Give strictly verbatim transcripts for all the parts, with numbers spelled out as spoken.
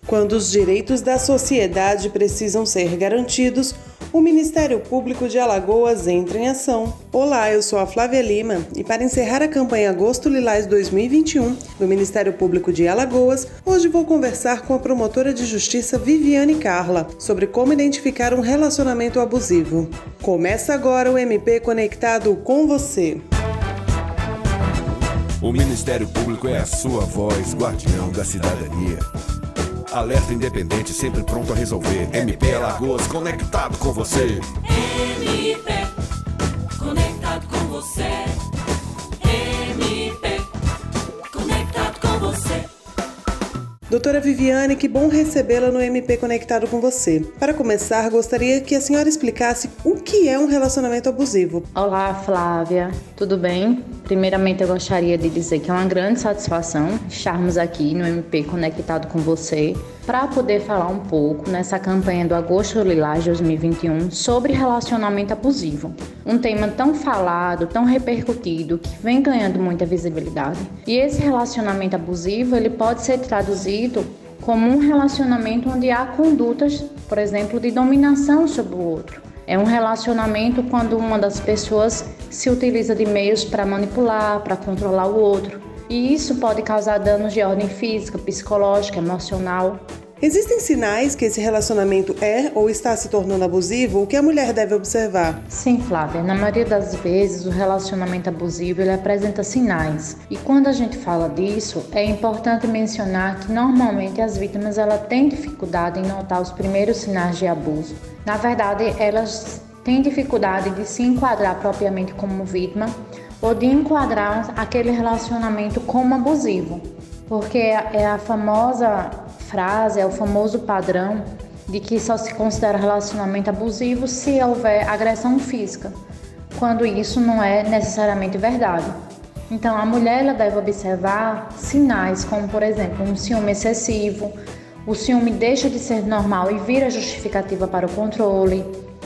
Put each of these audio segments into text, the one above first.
Quando os direitos da sociedade precisam ser garantidos, o Ministério Público de Alagoas entra em ação. Olá, eu sou a Flávia Lima e para encerrar a campanha Agosto Lilás dois mil e vinte e um do Ministério Público de Alagoas, hoje vou conversar com a promotora de justiça Viviane Carla sobre como identificar um relacionamento abusivo. Começa agora o M P Conectado com você. O Ministério Público é a sua voz, guardião da cidadania. Alerta independente, sempre pronto a resolver. M P Alagoas, conectado com você. M P, conectado com você. M P, conectado com você. Doutora Viviane, que bom recebê-la no M P Conectado com você. Para começar, gostaria que a senhora explicasse o que é um relacionamento abusivo. Olá, Flávia, tudo bem? Primeiramente, eu gostaria de dizer que é uma grande satisfação estarmos aqui no M P Conectado com você para poder falar um pouco nessa campanha do Agosto Lilás dois mil e vinte e um sobre relacionamento abusivo. Um tema tão falado, tão repercutido, que vem ganhando muita visibilidade. E esse relacionamento abusivo, ele pode ser traduzido como um relacionamento onde há condutas, por exemplo, de dominação sobre o outro. É um relacionamento quando uma das pessoas se utiliza de meios para manipular, para controlar o outro. E isso pode causar danos de ordem física, psicológica, emocional. Existem sinais que esse relacionamento é ou está se tornando abusivo? O que a mulher deve observar? Sim, Flávia. Na maioria das vezes, o relacionamento abusivo ele apresenta sinais. E quando a gente fala disso, é importante mencionar que normalmente as vítimas ela têm dificuldade em notar os primeiros sinais de abuso. Na verdade, elas têm dificuldade de se enquadrar propriamente como vítima ou de enquadrar aquele relacionamento como abusivo. Porque é a famosa frase, é o famoso padrão de que só se considera relacionamento abusivo se houver agressão física, quando isso não é necessariamente verdade. Então, a mulher ela deve observar sinais como, por exemplo, um ciúme excessivo, o ciúme deixa de ser normal e vira justificativa para o controle,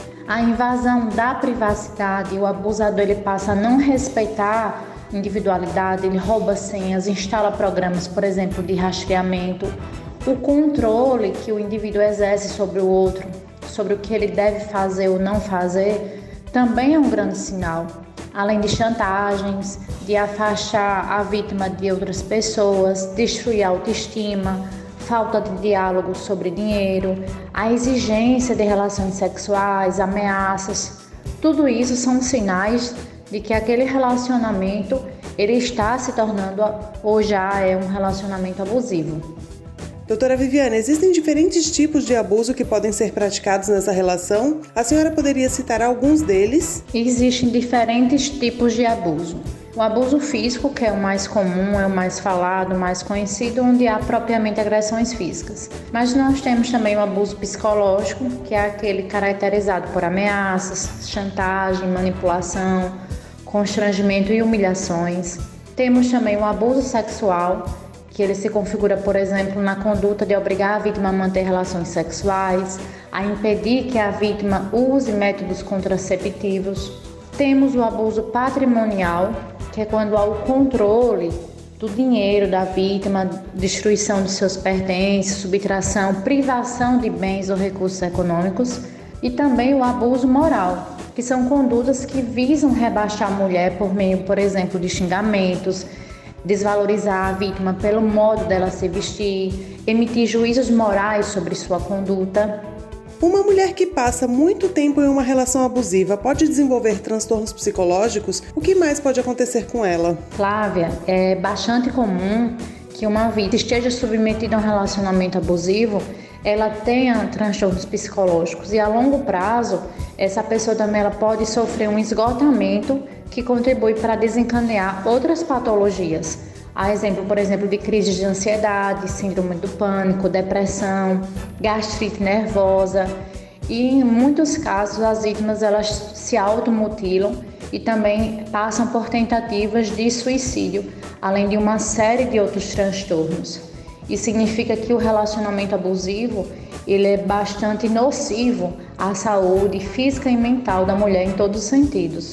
a invasão da privacidade, o abusador ele passa a não respeitar individualidade, ele rouba senhas, instala programas, por exemplo, de rastreamento, o controle que o indivíduo exerce sobre o outro, sobre o que ele deve fazer ou não fazer, também é um grande sinal. Além de chantagens, de afastar a vítima de outras pessoas, destruir a autoestima, falta de diálogo sobre dinheiro, a exigência de relações sexuais, ameaças, tudo isso são sinais de que aquele relacionamento ele está se tornando ou já é um relacionamento abusivo. Doutora Viviane, existem diferentes tipos de abuso que podem ser praticados nessa relação? A senhora poderia citar alguns deles? Existem diferentes tipos de abuso. O abuso físico, que é o mais comum, é o mais falado, o mais conhecido, onde há propriamente agressões físicas. Mas nós temos também o abuso psicológico, que é aquele caracterizado por ameaças, chantagem, manipulação, constrangimento e humilhações. Temos também o abuso sexual, que ele se configura, por exemplo, na conduta de obrigar a vítima a manter relações sexuais, a impedir que a vítima use métodos contraceptivos. Temos o abuso patrimonial, que é quando há o controle do dinheiro da vítima, destruição de seus pertences, subtração, privação de bens ou recursos econômicos. E também o abuso moral, que são condutas que visam rebaixar a mulher por meio, por exemplo, de xingamentos, desvalorizar a vítima pelo modo dela se vestir, emitir juízos morais sobre sua conduta. Uma mulher que passa muito tempo em uma relação abusiva pode desenvolver transtornos psicológicos? O que mais pode acontecer com ela? Flávia, é bastante comum que uma vítima esteja submetida a um relacionamento abusivo, ela tenha transtornos psicológicos e a longo prazo, essa pessoa também ela pode sofrer um esgotamento que contribui para desencadear outras patologias. Há exemplo, por exemplo, de crises de ansiedade, síndrome do pânico, depressão, gastrite nervosa e em muitos casos as vítimas elas se automutilam e também passam por tentativas de suicídio, além de uma série de outros transtornos. Isso significa que o relacionamento abusivo ele é bastante nocivo à saúde física e mental da mulher em todos os sentidos.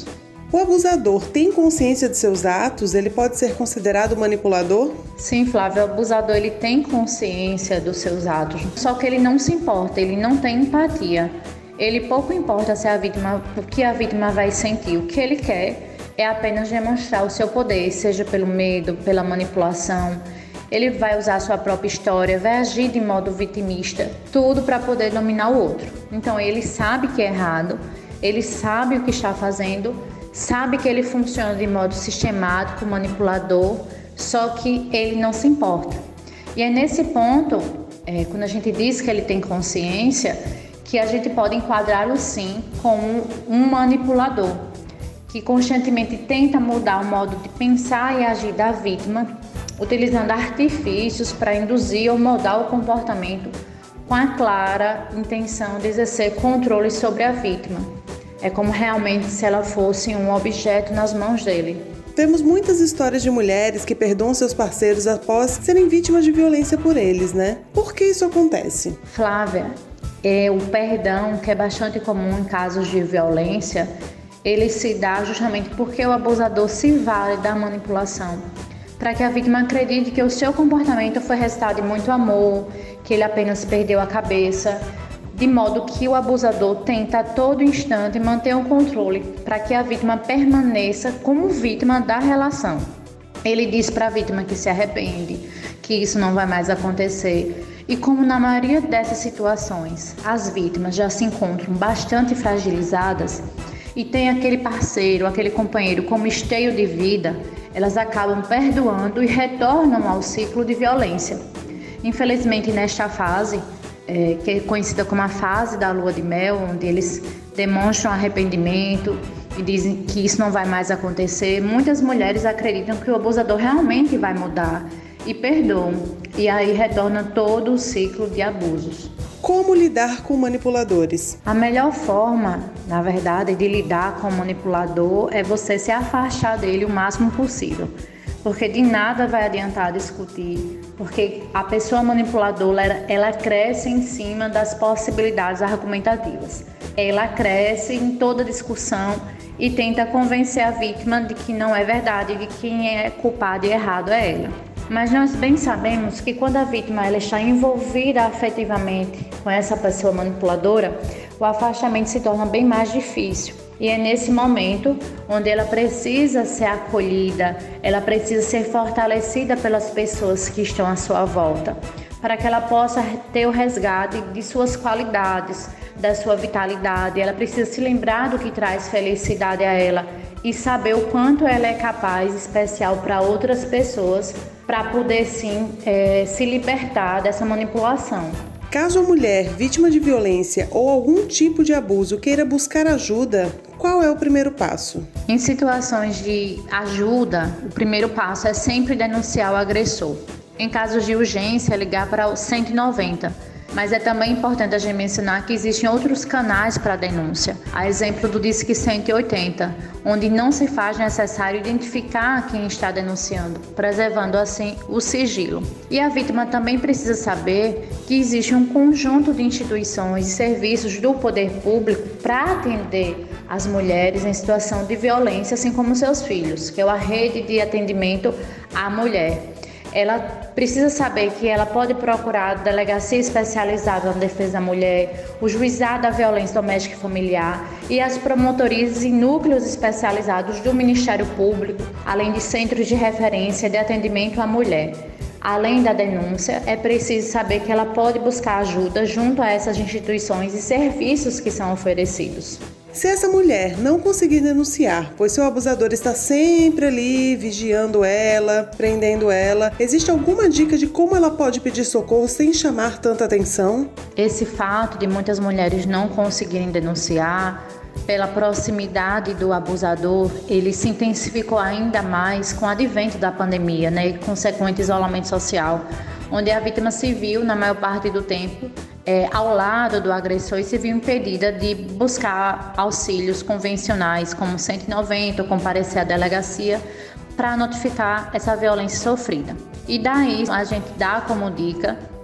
O abusador tem consciência de seus atos? Ele pode ser considerado manipulador? Sim, Flávio, o abusador ele tem consciência dos seus atos, só que ele não se importa, ele não tem empatia. Ele pouco importa se a vítima, o que a vítima vai sentir, o que ele quer é apenas demonstrar o seu poder, seja pelo medo, pela manipulação. Ele vai usar a sua própria história, vai agir de modo vitimista, tudo para poder dominar o outro. Então ele sabe que é errado, ele sabe o que está fazendo, sabe que ele funciona de modo sistemático, manipulador, só que ele não se importa. E é nesse ponto, é, quando a gente diz que ele tem consciência, que a gente pode enquadrá-lo sim como um manipulador, que constantemente tenta mudar o modo de pensar e agir da vítima, utilizando artifícios para induzir ou moldar o comportamento com a clara intenção de exercer controle sobre a vítima. É como realmente se ela fosse um objeto nas mãos dele. Temos muitas histórias de mulheres que perdoam seus parceiros após serem vítimas de violência por eles, né? Por que isso acontece? Flávia, é, o perdão, que é bastante comum em casos de violência, ele se dá justamente porque o abusador se vale da manipulação, para que a vítima acredite que o seu comportamento foi resultado de muito amor, que ele apenas perdeu a cabeça, de modo que o abusador tenta a todo instante manter o controle para que a vítima permaneça como vítima da relação. Ele diz para a vítima que se arrepende, que isso não vai mais acontecer. E como na maioria dessas situações as vítimas já se encontram bastante fragilizadas e tem aquele parceiro, aquele companheiro como esteio de vida, elas acabam perdoando e retornam ao ciclo de violência. Infelizmente, nesta fase, é, que é conhecida como a fase da lua de mel, onde eles demonstram arrependimento e dizem que isso não vai mais acontecer, muitas mulheres acreditam que o abusador realmente vai mudar e perdoam, e aí retorna todo o ciclo de abusos. Como lidar com manipuladores? A melhor forma, na verdade, de lidar com o manipulador é você se afastar dele o máximo possível. Porque de nada vai adiantar discutir, porque a pessoa manipuladora, ela, ela cresce em cima das possibilidades argumentativas. Ela cresce em toda discussão e tenta convencer a vítima de que não é verdade, de que quem é culpado e errado é ela. Mas nós bem sabemos que quando a vítima ela está envolvida afetivamente com essa pessoa manipuladora, o afastamento se torna bem mais difícil. E é nesse momento onde ela precisa ser acolhida, ela precisa ser fortalecida pelas pessoas que estão à sua volta, para que ela possa ter o resgate de suas qualidades, da sua vitalidade. Ela precisa se lembrar do que traz felicidade a ela e saber o quanto ela é capaz, especial para outras pessoas, para poder sim é, se libertar dessa manipulação. Caso a mulher, vítima de violência ou algum tipo de abuso, queira buscar ajuda, qual é o primeiro passo? Em situações de ajuda, o primeiro passo é sempre denunciar o agressor. Em casos de urgência, ligar para o cento e noventa. Mas é também importante a gente mencionar que existem outros canais para denúncia, a exemplo do Disque cento e oitenta, onde não se faz necessário identificar quem está denunciando, preservando assim o sigilo. E a vítima também precisa saber que existe um conjunto de instituições e serviços do poder público para atender as mulheres em situação de violência, assim como seus filhos, que é a rede de atendimento à mulher. Ela precisa saber que ela pode procurar a delegacia especializada na defesa da mulher, o juizado da violência doméstica e familiar e as promotorias e núcleos especializados do Ministério Público, além de centros de referência de atendimento à mulher. Além da denúncia, é preciso saber que ela pode buscar ajuda junto a essas instituições e serviços que são oferecidos. Se essa mulher não conseguir denunciar, pois seu abusador está sempre ali, vigiando ela, prendendo ela, existe alguma dica de como ela pode pedir socorro sem chamar tanta atenção? Esse fato de muitas mulheres não conseguirem denunciar, pela proximidade do abusador, ele se intensificou ainda mais com o advento da pandemia, né, e consequente isolamento social, onde a vítima se viu, na maior parte do tempo, é, ao lado do agressor e se viu impedida de buscar auxílios convencionais, como cento e noventa, ou comparecer à delegacia, para notificar essa violência sofrida. E daí a gente dá como dica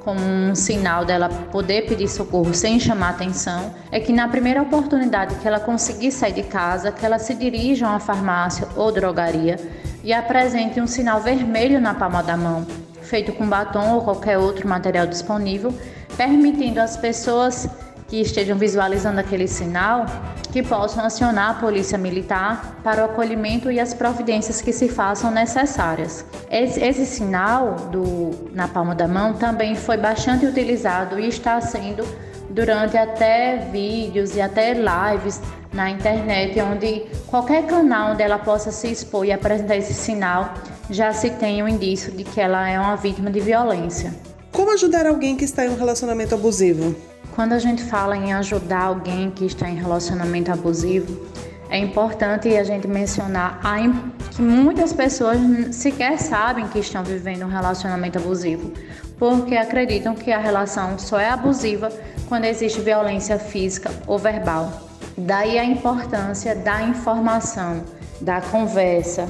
como um sinal dela poder pedir socorro sem chamar atenção, é que na primeira oportunidade que ela conseguir sair de casa, que ela se dirija a uma farmácia ou drogaria e apresente um sinal vermelho na palma da mão, feito com batom ou qualquer outro material disponível, permitindo às pessoas que estejam visualizando aquele sinal que possam acionar a polícia militar para o acolhimento e as providências que se façam necessárias. Esse, esse sinal do, na palma da mão também foi bastante utilizado e está sendo durante até vídeos e até lives na internet, onde qualquer canal onde ela possa se expor e apresentar esse sinal, já se tem um indício de que ela é uma vítima de violência. Como ajudar alguém que está em um relacionamento abusivo? Quando a gente fala em ajudar alguém que está em relacionamento abusivo, é importante a gente mencionar que muitas pessoas sequer sabem que estão vivendo um relacionamento abusivo, porque acreditam que a relação só é abusiva quando existe violência física ou verbal. Daí a importância da informação, da conversa,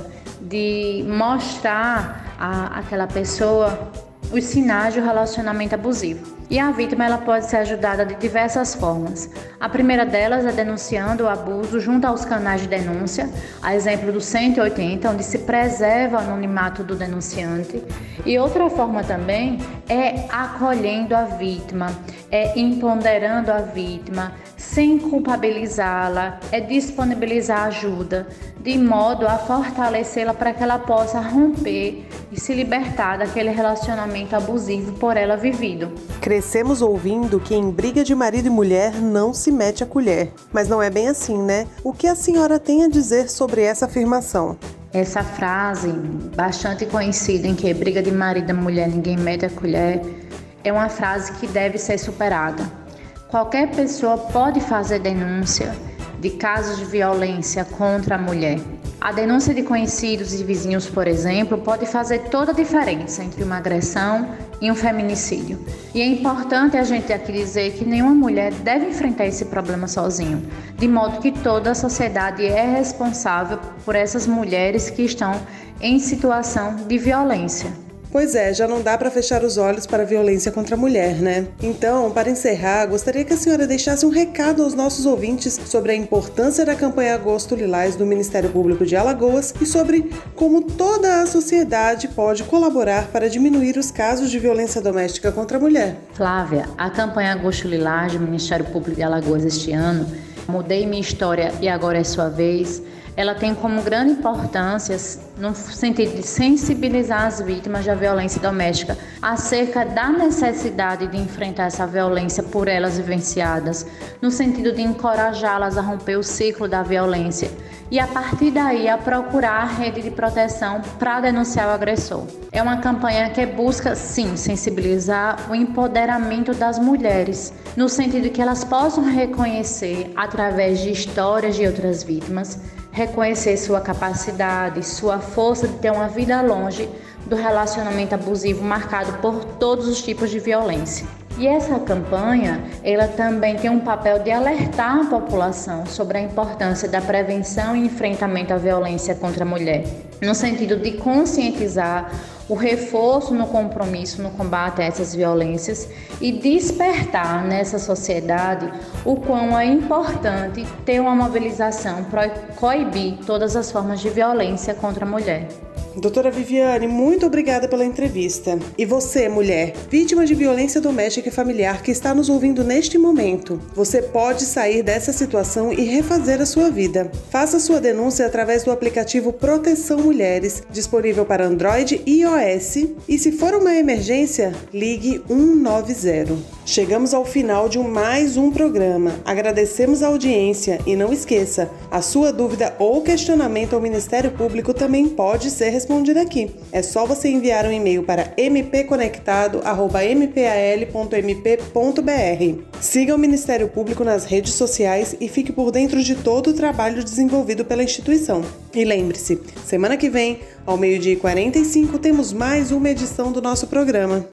de mostrar a aquela pessoa os sinais de um relacionamento abusivo. E a vítima ela pode ser ajudada de diversas formas. A primeira delas é denunciando o abuso junto aos canais de denúncia, a exemplo do cento e oitenta, onde se preserva o anonimato do denunciante. E outra forma também é acolhendo a vítima, é empoderando a vítima, sem culpabilizá-la, é disponibilizar ajuda, de modo a fortalecê-la para que ela possa romper e se libertar daquele relacionamento abusivo por ela vivido. Crescemos ouvindo que em briga de marido e mulher não se mete a colher. Mas não é bem assim, né? O que a senhora tem a dizer sobre essa afirmação? Essa frase, bastante conhecida em que briga de marido e mulher ninguém mete a colher, é uma frase que deve ser superada. Qualquer pessoa pode fazer denúncia de casos de violência contra a mulher. A denúncia de conhecidos e vizinhos, por exemplo, pode fazer toda a diferença entre uma agressão e um feminicídio. E é importante a gente aqui dizer que nenhuma mulher deve enfrentar esse problema sozinho, de modo que toda a sociedade é responsável por essas mulheres que estão em situação de violência. Pois é, já não dá para fechar os olhos para a violência contra a mulher, né? Então, para encerrar, gostaria que a senhora deixasse um recado aos nossos ouvintes sobre a importância da campanha Agosto Lilás do Ministério Público de Alagoas e sobre como toda a sociedade pode colaborar para diminuir os casos de violência doméstica contra a mulher. Flávia, a campanha Agosto Lilás do Ministério Público de Alagoas este ano, Mudei Minha História e Agora é Sua Vez, ela tem como grande importância no sentido de sensibilizar as vítimas da violência doméstica acerca da necessidade de enfrentar essa violência por elas vivenciadas, no sentido de encorajá-las a romper o ciclo da violência e a partir daí a procurar a rede de proteção para denunciar o agressor. É uma campanha que busca, sim, sensibilizar o empoderamento das mulheres, no sentido que elas possam reconhecer, através de histórias de outras vítimas, reconhecer sua capacidade, sua força de ter uma vida longe do relacionamento abusivo marcado por todos os tipos de violência. E essa campanha, ela também tem um papel de alertar a população sobre a importância da prevenção e enfrentamento à violência contra a mulher, no sentido de conscientizar o reforço no compromisso no combate a essas violências e despertar nessa sociedade o quão é importante ter uma mobilização para coibir todas as formas de violência contra a mulher. Doutora Viviane, muito obrigada pela entrevista. E você, mulher, vítima de violência doméstica e familiar que está nos ouvindo neste momento, você pode sair dessa situação e refazer a sua vida. Faça sua denúncia através do aplicativo Proteção Mulheres, disponível para Android e iOS. E se for uma emergência, ligue um nove zero. Chegamos ao final de mais um programa. Agradecemos a audiência e não esqueça, a sua dúvida ou questionamento ao Ministério Público também pode ser respondida aqui. É só você enviar um e-mail para m p conectado arroba m p a l ponto m p ponto b r. Siga o Ministério Público nas redes sociais e fique por dentro de todo o trabalho desenvolvido pela instituição. E lembre-se, semana que vem, ao meio-dia e quarenta e cinco, temos mais uma edição do nosso programa.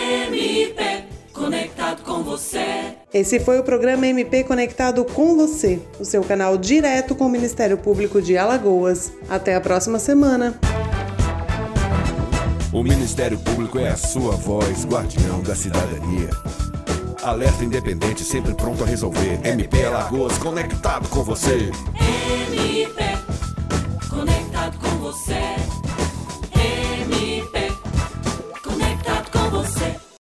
M P Conectado com você. Esse foi o programa M P Conectado com você, o seu canal direto com o Ministério Público de Alagoas. Até a próxima semana. O Ministério Público é a sua voz, guardião da cidadania. Alerta independente, sempre pronto a resolver. M P Alagoas, conectado com você. M P, conectado com você.